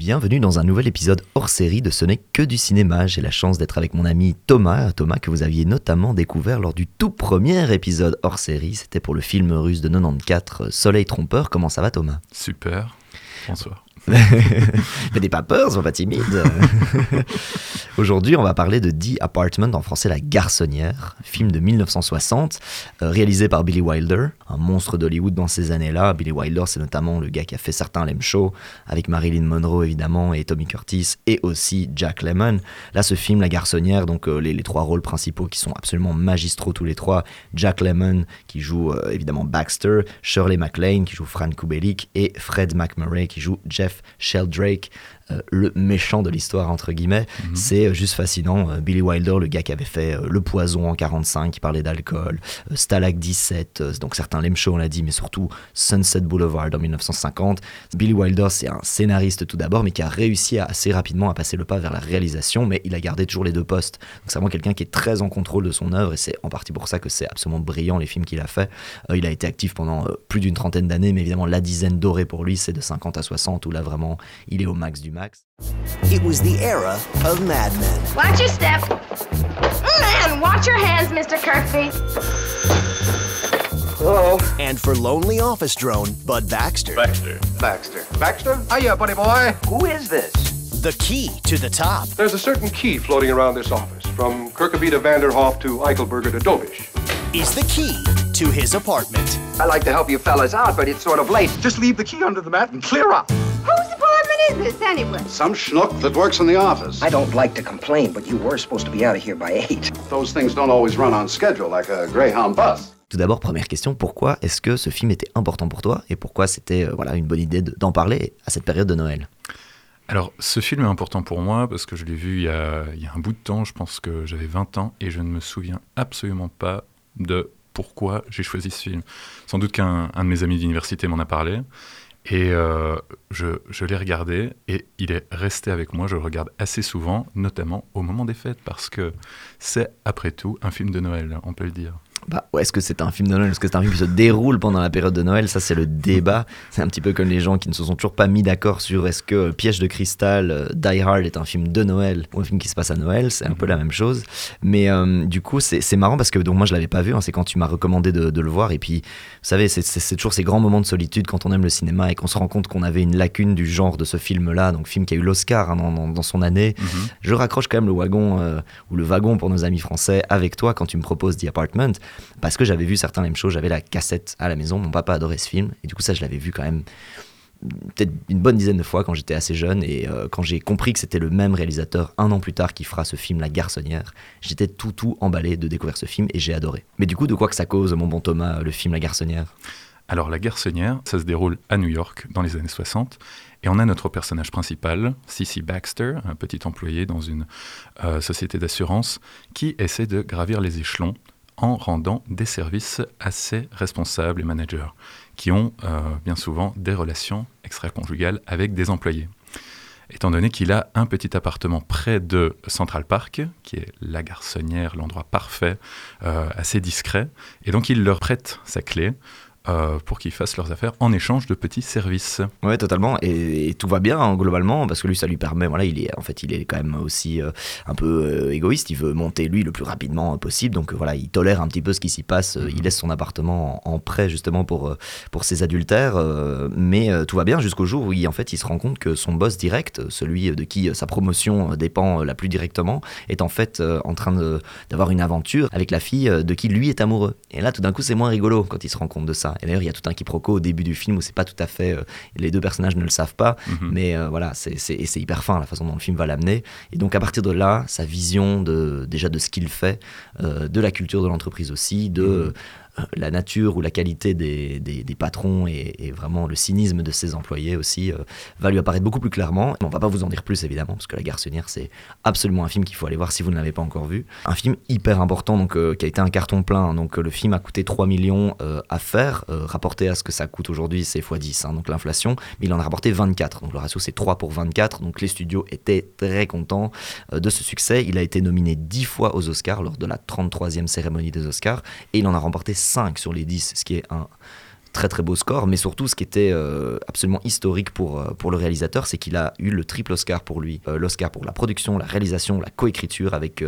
Bienvenue dans un nouvel épisode hors série de Ce n'est que du cinéma. J'ai la chance d'être avec mon ami Thomas que vous aviez notamment découvert lors du tout premier épisode hors série. C'était pour le film russe de 94, Soleil trompeur. Comment ça va Thomas ? Super, bonsoir. Mais n'aie pas peur, sois pas timide. Aujourd'hui, on va parler de The Apartment, en français La Garçonnière, film de 1960, réalisé par Billy Wilder, un monstre d'Hollywood dans ces années-là. Billy Wilder, c'est notamment le gars qui a fait certains Lem Show, avec Marilyn Monroe évidemment, et Tommy Curtis, et aussi Jack Lemmon. Là, ce film, La Garçonnière, donc les trois rôles principaux qui sont absolument magistraux tous les trois. Jack Lemmon, qui joue évidemment Baxter, Shirley MacLaine, qui joue Fran Kubelik, et Fred MacMurray, qui joue Jeff Sheldrake, le méchant de l'histoire entre guillemets. C'est juste fascinant. Billy Wilder, le gars qui avait fait Le Poison en 45, qui parlait d'alcool, Stalag 17, donc certains Lem Show on l'a dit, mais surtout Sunset Boulevard en 1950. Billy Wilder, c'est un scénariste tout d'abord, mais qui a réussi assez rapidement à passer le pas vers la réalisation, mais il a gardé toujours les deux postes. Donc c'est vraiment quelqu'un qui est très en contrôle de son œuvre, et c'est en partie pour ça que c'est absolument brillant les films qu'il a fait. Il a été actif pendant plus d'une trentaine d'années, mais évidemment la dizaine dorée pour lui, c'est de 50 à 60, où là vraiment il est au max du max. It was the era of Mad Men. Watch your step. And watch your hands, Mr. Kirkby. Hello. And for lonely office drone, Bud Baxter. Baxter? Hiya, buddy boy. Who is this? The key to the top. There's a certain key floating around this office, from Kirkaby to Vanderhoff to Eichelberger to Dobish. Is the key to his apartment. I'd like to help you fellas out, but it's sort of late. Just leave the key under the mat and clear up. Whose apartment is this, anyway? Some schnook that works in the office. I don't like to complain, but you were supposed to be out of here by 8. Those things don't always run on schedule like a Greyhound bus. Tout d'abord, première question, pourquoi est-ce que ce film était important pour toi et pourquoi c'était une bonne idée d'en parler à cette période de Noël ? Alors, ce film est important pour moi parce que je l'ai vu il y a un bout de temps, je pense que j'avais 20 ans, et je ne me souviens absolument pas de pourquoi j'ai choisi ce film. Sans doute qu'un de mes amis d'université m'en a parlé, et je l'ai regardé, et il est resté avec moi, je le regarde assez souvent, notamment au moment des fêtes, parce que c'est, après tout, un film de Noël, on peut le dire. Est-ce que c'est un film de Noël ? Est-ce que c'est un film qui se déroule pendant la période de Noël ? Ça, c'est le débat. C'est un petit peu comme les gens qui ne se sont toujours pas mis d'accord sur est-ce que Piège de cristal, Die Hard est un film de Noël ou un film qui se passe à Noël. C'est un peu la même chose. Mais du coup, c'est marrant parce que donc, moi, je ne l'avais pas vu. C'est quand tu m'as recommandé de le voir. Et puis, vous savez, c'est toujours ces grands moments de solitude quand on aime le cinéma et qu'on se rend compte qu'on avait une lacune du genre de ce film-là. Donc, film qui a eu l'Oscar dans son année. Je raccroche quand même le wagon ou le wagon pour nos amis français avec toi quand tu me proposes The Apartment. Parce que j'avais vu certains Lem Show, j'avais la cassette à la maison, mon papa adorait ce film, et du coup ça je l'avais vu quand même peut-être une bonne dizaine de fois quand j'étais assez jeune, et quand j'ai compris que c'était le même réalisateur un an plus tard qui fera ce film La Garçonnière, j'étais tout emballé de découvrir ce film et j'ai adoré. Mais du coup, de quoi que ça cause, mon bon Thomas, le film La Garçonnière ? Alors La Garçonnière, ça se déroule à New York dans les années 60, et on a notre personnage principal, Cissy Baxter, un petit employé dans une société d'assurance, qui essaie de gravir les échelons en rendant des services à ses responsables et managers, qui ont bien souvent des relations extra-conjugales avec des employés. Étant donné qu'il a un petit appartement près de Central Park, qui est la garçonnière, l'endroit parfait, assez discret, et donc il leur prête sa clé pour qu'ils fassent leurs affaires en échange de petits services. Ouais, totalement, et tout va bien globalement, parce que lui ça lui permet, il est quand même aussi un peu égoïste, il veut monter lui le plus rapidement possible, donc il tolère un petit peu ce qui s'y passe, il laisse son appartement en prêt justement pour ses adultères, mais tout va bien jusqu'au jour où il se rend compte que son boss direct, celui de qui sa promotion dépend la plus directement, est en fait en train d'avoir une aventure avec la fille de qui lui est amoureux, et là tout d'un coup c'est moins rigolo quand il se rend compte de ça. Et d'ailleurs, il y a tout un quiproquo au début du film où c'est pas tout à fait... les deux personnages ne le savent pas, mais c'est hyper fin la façon dont le film va l'amener. Et donc, à partir de là, sa vision déjà de ce qu'il fait, de la culture de l'entreprise aussi, de... la nature ou la qualité des patrons et vraiment le cynisme de ses employés aussi va lui apparaître beaucoup plus clairement. On va pas vous en dire plus évidemment parce que La Garçonnière c'est absolument un film qu'il faut aller voir si vous ne l'avez pas encore vu. Un film hyper important donc qui a été un carton plein, donc le film a coûté 3 millions à faire, rapporté à ce que ça coûte aujourd'hui c'est x10 donc l'inflation, mais il en a rapporté 24, donc le ratio c'est 3 pour 24, donc les studios étaient très contents de ce succès. Il a été nominé 10 fois aux Oscars lors de la 33e cérémonie des Oscars et il en a remporté 5 sur les 10, ce qui est un très très beau score, mais surtout ce qui était absolument historique pour le réalisateur, c'est qu'il a eu le triple Oscar pour lui. L'Oscar pour la production, la réalisation, la coécriture avec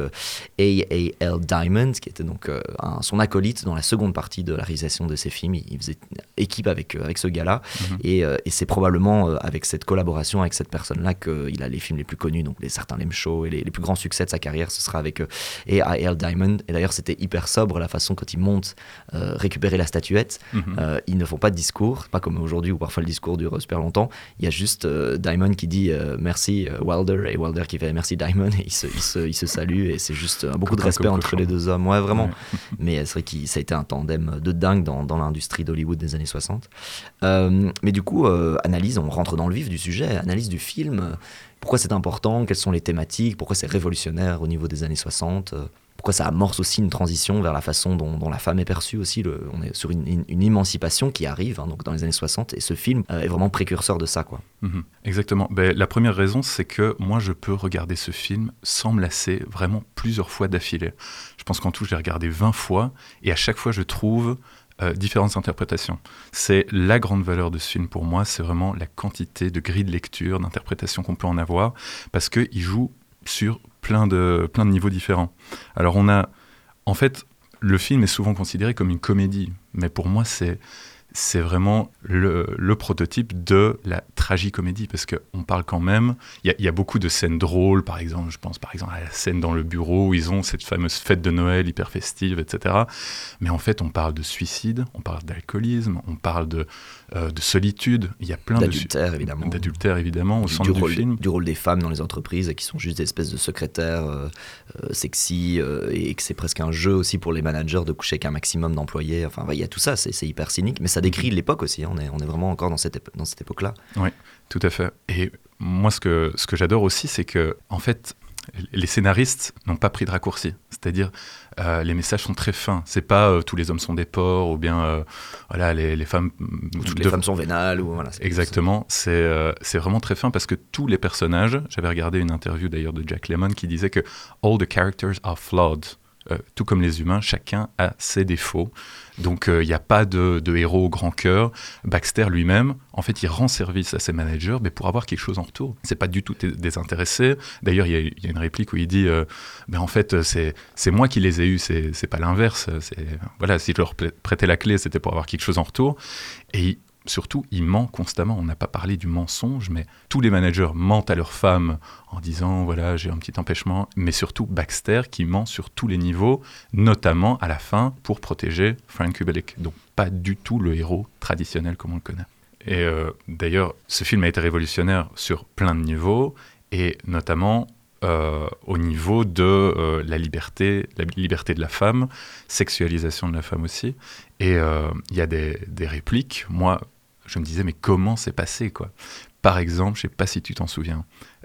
A.L. Diamond, qui était donc son acolyte dans la seconde partie de la réalisation de ses films. Il faisait équipe avec ce gars-là, et c'est probablement avec cette collaboration avec cette personne-là qu'il a les films les plus connus, donc certains Lem Show et les plus grands succès de sa carrière, ce sera avec A.L. Diamond. Et d'ailleurs, c'était hyper sobre la façon quand ils montent récupérer la statuette. Ils ne font pas de discours, pas comme aujourd'hui où parfois le discours dure super longtemps. Il y a juste Diamond qui dit merci Wilder, et Wilder qui fait merci Diamond, et ils se saluent, et c'est juste beaucoup de respect entre les deux hommes. Ouais, vraiment. Mais c'est vrai que ça a été un tandem de dingue dans l'industrie d'Hollywood des années 60. Mais du coup, analyse, on rentre dans le vif du sujet, analyse du film. Pourquoi c'est important, quelles sont les thématiques, pourquoi c'est révolutionnaire au niveau des années 60, pourquoi ça amorce aussi une transition vers la façon dont la femme est perçue aussi. On est sur une émancipation qui arrive donc dans les années 60, et ce film est vraiment précurseur de ça, quoi. Exactement. La première raison, c'est que moi, je peux regarder ce film sans me lasser vraiment plusieurs fois d'affilée. Je pense qu'en tout, je l'ai regardé 20 fois, et à chaque fois, je trouve différentes interprétations. C'est la grande valeur de ce film pour moi, c'est vraiment la quantité de grilles de lecture, d'interprétation qu'on peut en avoir, parce qu'il joue sur plein de niveaux différents. Alors en fait, le film est souvent considéré comme une comédie, mais pour moi c'est vraiment le prototype de la tragicomédie, parce qu'on parle quand même, il y a beaucoup de scènes drôles, par exemple, je pense par exemple à la scène dans le bureau où ils ont cette fameuse fête de Noël hyper festive, etc. Mais en fait, on parle de suicide, on parle d'alcoolisme, on parle de solitude, il y a plein d'adultère, évidemment, au centre du film. Du rôle des femmes dans les entreprises, qui sont juste des espèces de secrétaires sexy, et que c'est presque un jeu aussi pour les managers de coucher avec un maximum d'employés. Enfin, il y a tout ça, c'est hyper cynique, mais ça décrit l'époque aussi, on est vraiment encore dans cette époque-là. Oui, tout à fait. Et moi, ce que j'adore aussi, c'est que, en fait, les scénaristes n'ont pas pris de raccourci. C'est-à-dire, les messages sont très fins. C'est pas tous les hommes sont des porcs, ou bien voilà, les femmes... Ou toutes les femmes sont vénales. Ou, voilà, exactement. C'est vraiment très fin, parce que tous les personnages... J'avais regardé une interview d'ailleurs de Jack Lemmon qui disait que « All the characters are flawed ». Tout comme les humains, chacun a ses défauts. Donc il n'y a pas de héros au grand cœur. Baxter lui-même, en fait, il rend service à ses managers, mais pour avoir quelque chose en retour. C'est pas du tout désintéressé. D'ailleurs, il y a une réplique où il dit en fait, c'est moi qui les ai eus, c'est pas l'inverse. Voilà, si je leur prêtais la clé, c'était pour avoir quelque chose en retour. Et surtout, il ment constamment. On n'a pas parlé du mensonge, mais tous les managers mentent à leurs femmes en disant « voilà, j'ai un petit empêchement », mais surtout Baxter qui ment sur tous les niveaux, notamment à la fin pour protéger Frank Kubelik. Donc pas du tout le héros traditionnel comme on le connaît. Et d'ailleurs, ce film a été révolutionnaire sur plein de niveaux, et notamment au niveau de la liberté de la femme, sexualisation de la femme aussi. Et il y a des répliques. Moi, je me disais, mais comment c'est passé, quoi ? Par exemple, je ne sais pas si tu t'en souviens,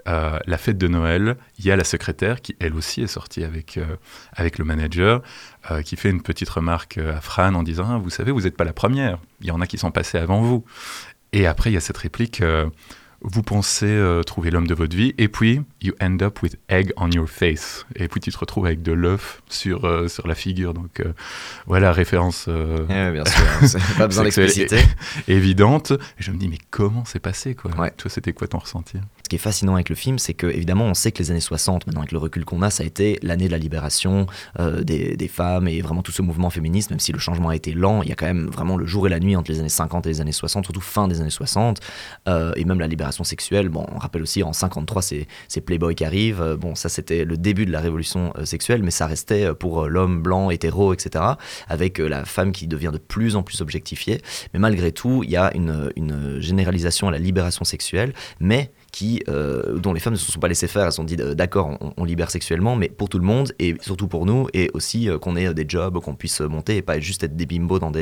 la fête de Noël, il y a la secrétaire qui, elle aussi, est sortie avec le manager, qui fait une petite remarque à Fran en disant « Vous savez, vous n'êtes pas la première, il y en a qui sont passés avant vous ». Et après, il y a cette réplique vous pensez trouver l'homme de votre vie, et puis you end up with egg on your face, et puis tu te retrouves avec de l'œuf sur la figure. Donc voilà, référence bien sûr, pas besoin d'expliciter, évidente. Et je me dis, mais comment c'est passé, quoi? Ouais. Toi, c'était quoi ton ressenti? Ce qui est fascinant avec le film, c'est que évidemment on sait que les années 60, maintenant avec le recul qu'on a, ça a été l'année de la libération des femmes, et vraiment tout ce mouvement féministe, même si le changement a été lent, il y a quand même vraiment le jour et la nuit entre les années 50 et les années 60, surtout fin des années 60, et même la libération sexuelle. Bon, on rappelle aussi en 53 c'est Playboy qui arrive, bon ça c'était le début de la révolution sexuelle, mais ça restait pour l'homme blanc, hétéro, etc., avec la femme qui devient de plus en plus objectifiée. Mais malgré tout, il y a une généralisation à la libération sexuelle, mais dont les femmes ne se sont pas laissées faire. Elles se sont dit d'accord, on libère sexuellement, mais pour tout le monde, et surtout pour nous, et aussi qu'on ait des jobs, qu'on puisse monter, et pas juste être des bimbos dans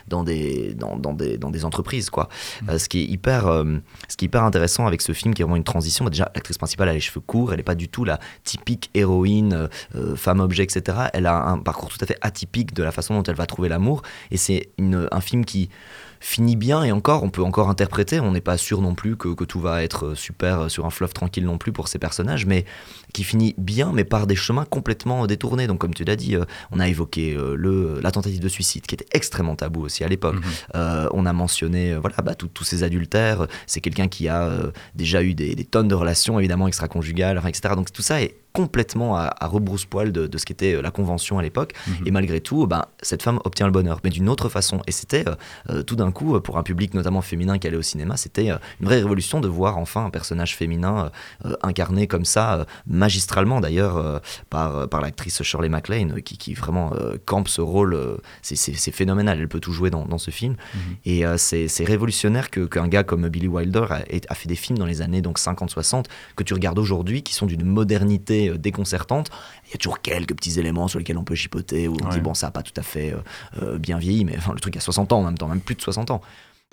des entreprises, quoi. Ce qui est hyper intéressant avec ce film, qui est vraiment une transition. Déjà, l'actrice principale a les cheveux courts, elle n'est pas du tout la typique héroïne, femme objet, etc. Elle a un parcours tout à fait atypique de la façon dont elle va trouver l'amour, et c'est un film qui finit bien, et encore, on peut encore interpréter, on n'est pas sûr non plus que tout va être super super sur un fleuve tranquille non plus pour ces personnages, mais qui finit bien, mais par des chemins complètement détournés. Donc comme tu l'as dit, on a évoqué la tentative de suicide, qui était extrêmement tabou aussi à l'époque. On a mentionné tous ces adultères. C'est quelqu'un qui a déjà eu des tonnes de relations, évidemment, extra-conjugales, etc. Donc tout ça est complètement à rebrousse-poil de ce qu'était la convention à l'époque. Et malgré tout, cette femme obtient le bonheur, mais d'une autre façon. Et c'était tout d'un coup, pour un public notamment féminin qui allait au cinéma, c'était une vraie révolution de voir enfin un personnage féminin incarné comme ça, magistralement d'ailleurs, par l'actrice Shirley MacLaine, qui vraiment campe ce rôle. C'est phénoménal, elle peut tout jouer dans ce film. Et c'est révolutionnaire qu'un gars comme Billy Wilder a fait des films dans les années 50-60 que tu regardes aujourd'hui, qui sont d'une modernité déconcertante. Il y a toujours quelques petits éléments sur lesquels on peut chipoter, où on dit bon, ça n'a pas tout à fait bien vieilli, mais le truc a 60 ans en même temps, même plus de 60 ans.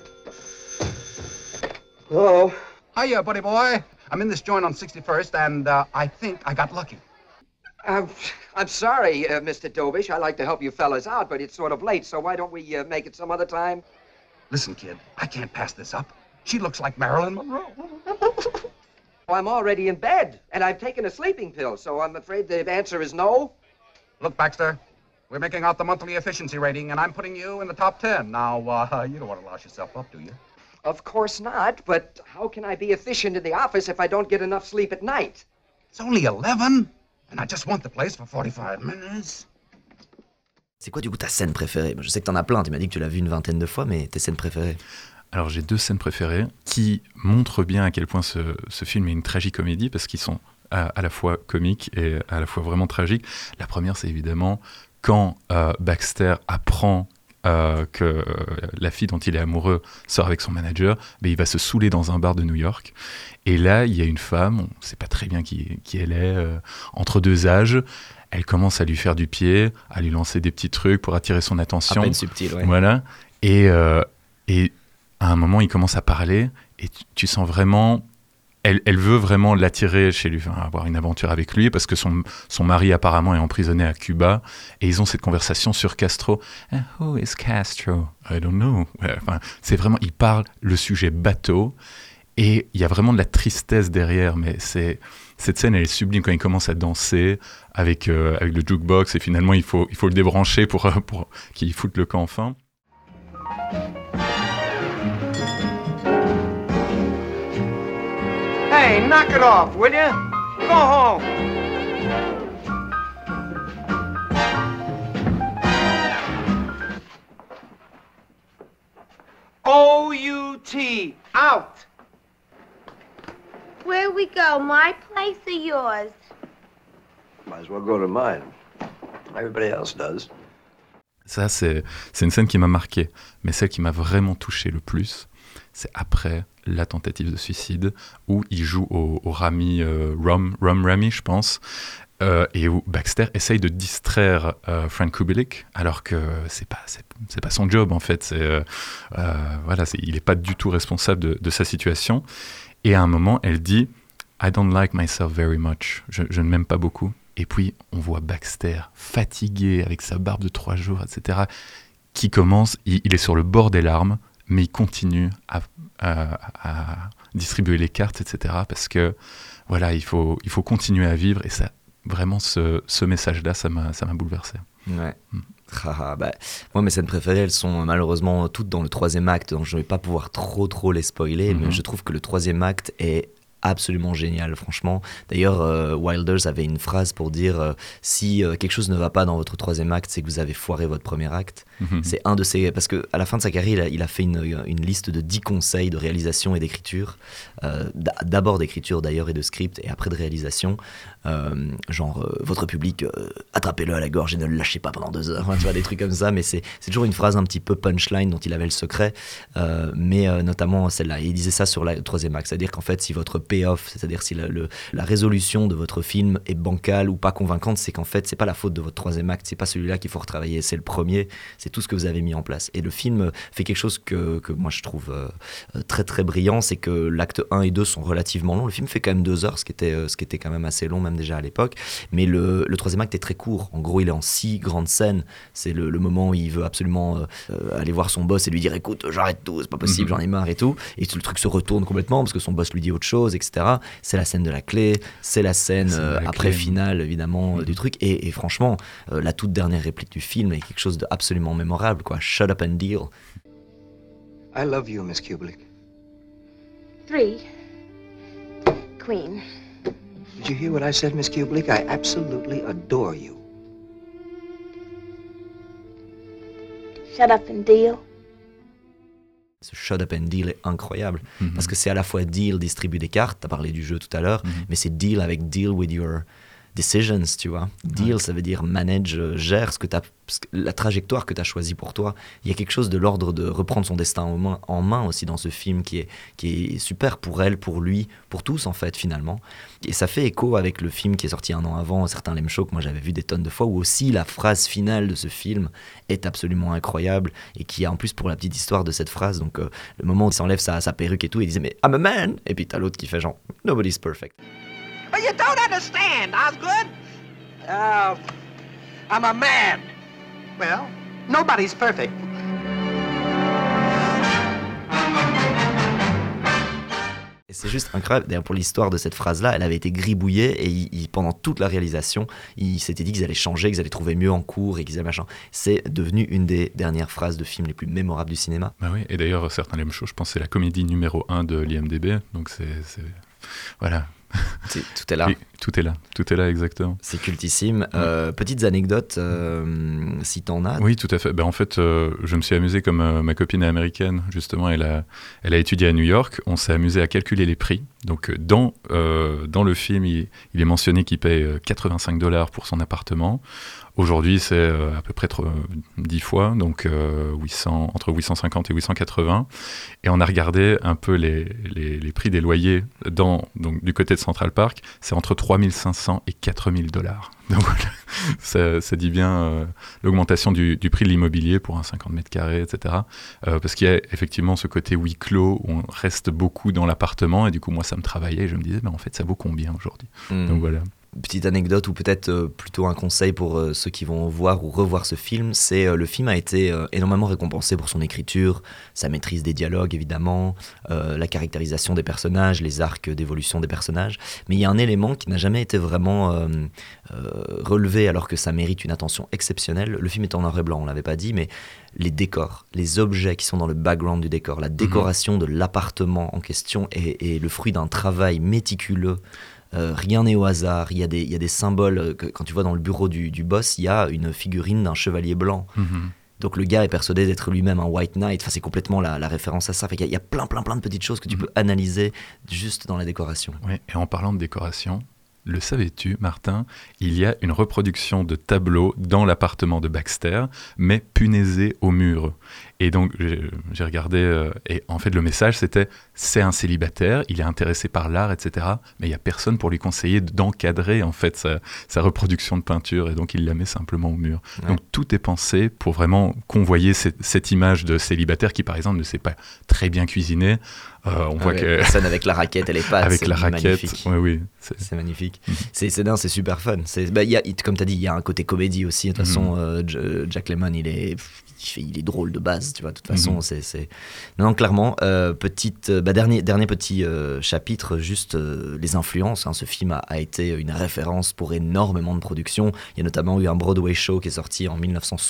Hello. Hiya, buddy boy. I'm in this joint on 61st, and I think I got lucky. I'm sorry, Mr. Dobish. I like to help you fellas out, but it's sort of late, so why don't we make it some other time? Listen, kid, I can't pass this up. She looks like Marilyn Monroe. I'm already in bed, and I've taken a sleeping pill, so I'm afraid the answer is no. Look, Baxter, we're making out the monthly efficiency rating, and I'm putting you in the top 10. Now, you don't want to louse yourself up, do you? Of course not, but how can I be efficient in the office if I don't get enough sleep at night? It's only 11, and I just want the place for 45 minutes. C'est quoi du coup ta scène préférée? Je sais que t'en as plein, tu m'as dit que tu l'as vu une vingtaine de fois, mais tes scènes préférées? Alors j'ai 2 scènes préférées qui montrent bien à quel point ce film est une tragicomédie, parce qu'ils sont à la fois comiques et à la fois vraiment tragiques. La première, c'est évidemment quand Baxter apprend que la fille dont il est amoureux sort avec son manager, il va se saouler dans un bar de New York. Et là, il y a une femme, on ne sait pas très bien qui elle est, entre deux âges. Elle commence à lui faire du pied, à lui lancer des petits trucs pour attirer son attention. À peine subtil, ouais. Voilà. Et à un moment, il commence à parler et tu sens vraiment... Elle veut vraiment l'attirer chez lui, avoir une aventure avec lui, parce que son mari apparemment est emprisonné à Cuba, et ils ont cette conversation sur Castro. Who is Castro? I don't know. C'est vraiment, il parle le sujet bateau, et il y a vraiment de la tristesse derrière, mais cette scène, elle est sublime quand il commence à danser avec le jukebox, et finalement il faut le débrancher pour qu'il foute le camp enfin. Hey, knock it off, will you? Go home. O-U-T, out. Where we go, my place or yours? Might as well go to mine. Everybody else does. Ça, c'est une scène qui m'a marqué. Mais celle qui m'a vraiment touché le plus, c'est après la tentative de suicide, où il joue au Rami, Rum Rami, je pense, et où Baxter essaye de distraire Frank Kubelik, alors que c'est pas son job, en fait. Il n'est pas du tout responsable de sa situation. Et à un moment, elle dit « I don't like myself very much ». Je ne m'aime pas beaucoup. Et puis, on voit Baxter fatigué, avec sa barbe de 3 jours, etc., qui commence, il est sur le bord des larmes, mais il continue à distribuer les cartes, etc., parce que, voilà, il faut continuer à vivre, et ça, vraiment, ce message-là, ça m'a bouleversé. Ouais. Moi, mes scènes préférées, elles sont malheureusement toutes dans le 3e acte, donc je ne vais pas pouvoir trop les spoiler, mais je trouve que le 3e acte est absolument génial, franchement. D'ailleurs, Wilders avait une phrase pour dire si quelque chose ne va pas dans votre 3e acte, c'est que vous avez foiré votre 1er acte. C'est un de ses... Parce qu'à la fin de sa carrière, il a fait une liste de 10 conseils de réalisation et d'écriture. D'abord d'écriture, d'ailleurs, et de script, et après de réalisation. Votre public, attrapez-le à la gorge et ne le lâchez pas pendant 2 heures. Tu vois, des trucs comme ça, mais c'est toujours une phrase un petit peu punchline dont il avait le secret. Mais notamment celle-là. Et il disait ça sur le 3e acte. C'est-à-dire qu'en fait, si votre payoff, c'est-à-dire si la résolution de votre film est bancale ou pas convaincante, c'est qu'en fait, c'est pas la faute de votre 3e acte, c'est pas celui-là qu'il faut retravailler, c'est le premier, c'est tout ce que vous avez mis en place. Et le film fait quelque chose que moi je trouve très très brillant, c'est que l'acte 1 et 2 sont relativement longs. Le film fait quand même 2 heures, ce qui était quand même assez long, même déjà à l'époque, mais le 3e acte est très court. En gros, il est en 6 grandes scènes. C'est le moment où il veut absolument aller voir son boss et lui dire écoute, j'arrête tout, c'est pas possible, j'en ai marre et tout. Et le truc se retourne complètement parce que son boss lui dit autre chose, etc. C'est la scène de la clé, c'est la scène après finale, évidemment, du truc. Et franchement, la toute dernière réplique du film est quelque chose d'absolument mémorable, quoi. Shut up and deal. I love you, Miss Kubelik. 3. Queen. Did you hear what I said, Miss Kubelik? I absolutely adore you. Shut up and deal. Ce shut up and deal est incroyable, parce que c'est à la fois deal, distribue des cartes, t'as parlé du jeu tout à l'heure, mais c'est deal avec deal with your decisions, tu vois. Deal, ça veut dire manage, gère la trajectoire que tu as choisie pour toi. Il y a quelque chose de l'ordre de reprendre son destin en main aussi dans ce film qui est super pour elle, pour lui, pour tous en fait finalement. Et ça fait écho avec le film qui est sorti un an avant, Certains l'aiment chaud, que moi j'avais vu des tonnes de fois, où aussi la phrase finale de ce film est absolument incroyable, et qui a en plus, pour la petite histoire de cette phrase, donc le moment où il s'enlève sa perruque et tout, il disait mais I'm a man, et puis t'as l'autre qui fait genre nobody's perfect. But you don't understand, Osgood. I'm a man. Well, nobody's perfect. Et c'est juste incroyable. D'ailleurs, pour l'histoire de cette phrase-là, elle avait été gribouillée, et pendant toute la réalisation, il s'était dit qu'ils allaient changer, qu'ils allaient trouver mieux en cours et qu'ils allaient machin. C'est devenu une des dernières phrases de film les plus mémorables du cinéma. Bah oui, et d'ailleurs, Certains l'aiment chaud, je pense que c'est la comédie numéro 1 de l'IMDb, donc c'est... Voilà. Tout est là. Oui, tout est là exactement. C'est cultissime. Petites anecdotes, si t'en as. Oui, tout à fait. En fait, je me suis amusé comme ma copine est américaine, justement, elle a étudié à New York. On s'est amusé à calculer les prix. Donc, dans le film, il est mentionné qu'il paye $85 pour son appartement. Aujourd'hui, c'est à peu près 10 fois, donc entre 850 et 880. Et on a regardé un peu les prix des loyers donc, du côté de Central Park. C'est entre 3500 et $4000. Donc voilà, ça dit bien l'augmentation du prix de l'immobilier pour un 50 mètres carrés, etc. Parce qu'il y a effectivement ce côté huis clos où on reste beaucoup dans l'appartement. Et du coup, moi, ça me travaillait et je me disais, en fait, ça vaut combien aujourd'hui ? Donc voilà. Petite anecdote, ou peut-être plutôt un conseil pour ceux qui vont voir ou revoir ce film, c'est le film a été énormément récompensé pour son écriture, sa maîtrise des dialogues évidemment, la caractérisation des personnages, les arcs d'évolution des personnages, mais il y a un élément qui n'a jamais été vraiment relevé alors que ça mérite une attention exceptionnelle. Le film est en noir et blanc, on l'avait pas dit, mais les décors, les objets qui sont dans le background du décor, la décoration de l'appartement en question est le fruit d'un travail méticuleux. Rien n'est au hasard, il y a des symboles, quand tu vois dans le bureau du boss, il y a une figurine d'un chevalier blanc. Donc le gars est persuadé d'être lui-même un White Knight, enfin, c'est complètement la référence à ça. Il y a plein de petites choses que tu peux analyser juste dans la décoration. Oui, et en parlant de décoration, le savais-tu, Martin, il y a une reproduction de tableau dans l'appartement de Baxter, mais punaisé au mur. Et donc, j'ai regardé, et en fait, le message, c'était « c'est un célibataire, il est intéressé par l'art, etc. » Mais il n'y a personne pour lui conseiller d'encadrer, en fait, sa reproduction de peinture, et donc il la met simplement au mur. Ouais. Donc, tout est pensé pour vraiment convoyer cette image de célibataire qui, par exemple, ne sait pas très bien cuisiner. On voit que... La scène avec la raquette et les pâtes, avec la raquette, magnifique. Oui. C'est magnifique. C'est super fun. Comme tu as dit, il y a un côté comédie aussi. De toute façon, Jack Lemmon, il est drôle de base, tu vois. De toute façon, Non, clairement. Dernier petit chapitre, juste les influences. Ce film a été une référence pour énormément de productions. Il y a notamment eu un Broadway show qui est sorti en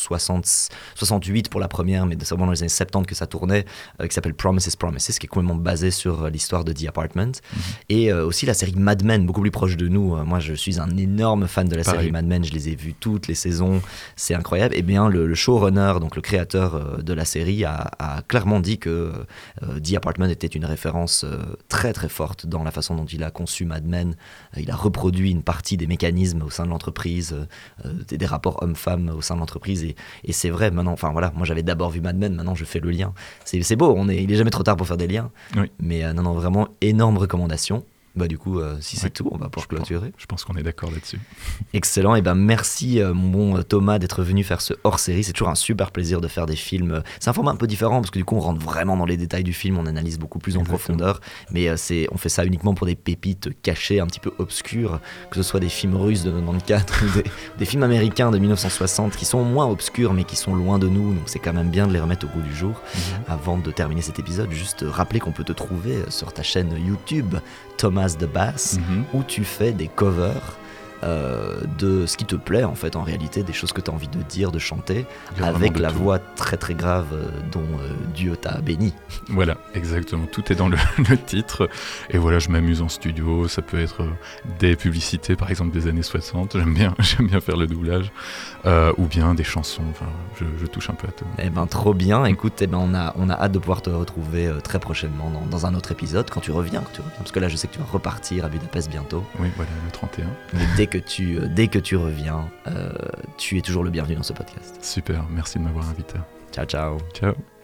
1968 pour la première, mais c'est vraiment dans les années 70 que ça tournait, qui s'appelle Promises, qui est complètement basé sur l'histoire de The Apartment. Et aussi la série Mad Men, beaucoup plus proche de nous. Moi, je suis un énorme fan de la série Mad Men. Je les ai vues toutes les saisons. C'est incroyable. Et bien, le showrunner, donc le créateur de la série, a clairement dit que The Apartment était une référence très très forte dans la façon dont il a conçu Mad Men. Il a reproduit une partie des mécanismes au sein de l'entreprise, des rapports hommes-femmes au sein de l'entreprise. Et c'est vrai, maintenant, moi j'avais d'abord vu Mad Men, maintenant je fais le lien. C'est beau, il est jamais trop tard pour faire des liens. Oui. Mais non, vraiment, énorme recommandation. Bah du coup, si c'est tout, on va pouvoir clôturer. Je pense qu'on est d'accord là-dessus. Excellent, et ben merci mon bon Thomas d'être venu faire ce hors-série. C'est toujours un super plaisir de faire des films. C'est un format un peu différent parce que du coup on rentre vraiment dans les détails du film, on analyse beaucoup plus en profondeur, mais on fait ça uniquement pour des pépites cachées, un petit peu obscures, que ce soit des films russes de 94 ou des films américains de 1960 qui sont moins obscurs mais qui sont loin de nous, donc c'est quand même bien de les remettre au goût du jour. Avant de terminer cet épisode, juste rappeler qu'on peut te trouver sur ta chaîne YouTube Thomas the Bass, où tu fais des covers de ce qui te plaît en fait, en réalité, des choses que tu as envie de dire, de chanter, avec la voix très très grave dont Dieu t'a béni. Voilà, exactement, tout est dans le titre, et voilà, je m'amuse en studio, ça peut être des publicités par exemple des années 60, j'aime bien faire le doublage, ou bien des chansons, enfin, je touche un peu à tout. Eh ben trop bien, écoute, on a hâte de pouvoir te retrouver très prochainement dans un autre épisode, quand tu reviens, parce que là je sais que tu vas repartir à Budapest bientôt. Oui, voilà, le 31. Mais dès que tu reviens, tu es toujours le bienvenu dans ce podcast. Super, merci de m'avoir invité. Ciao, ciao. Ciao.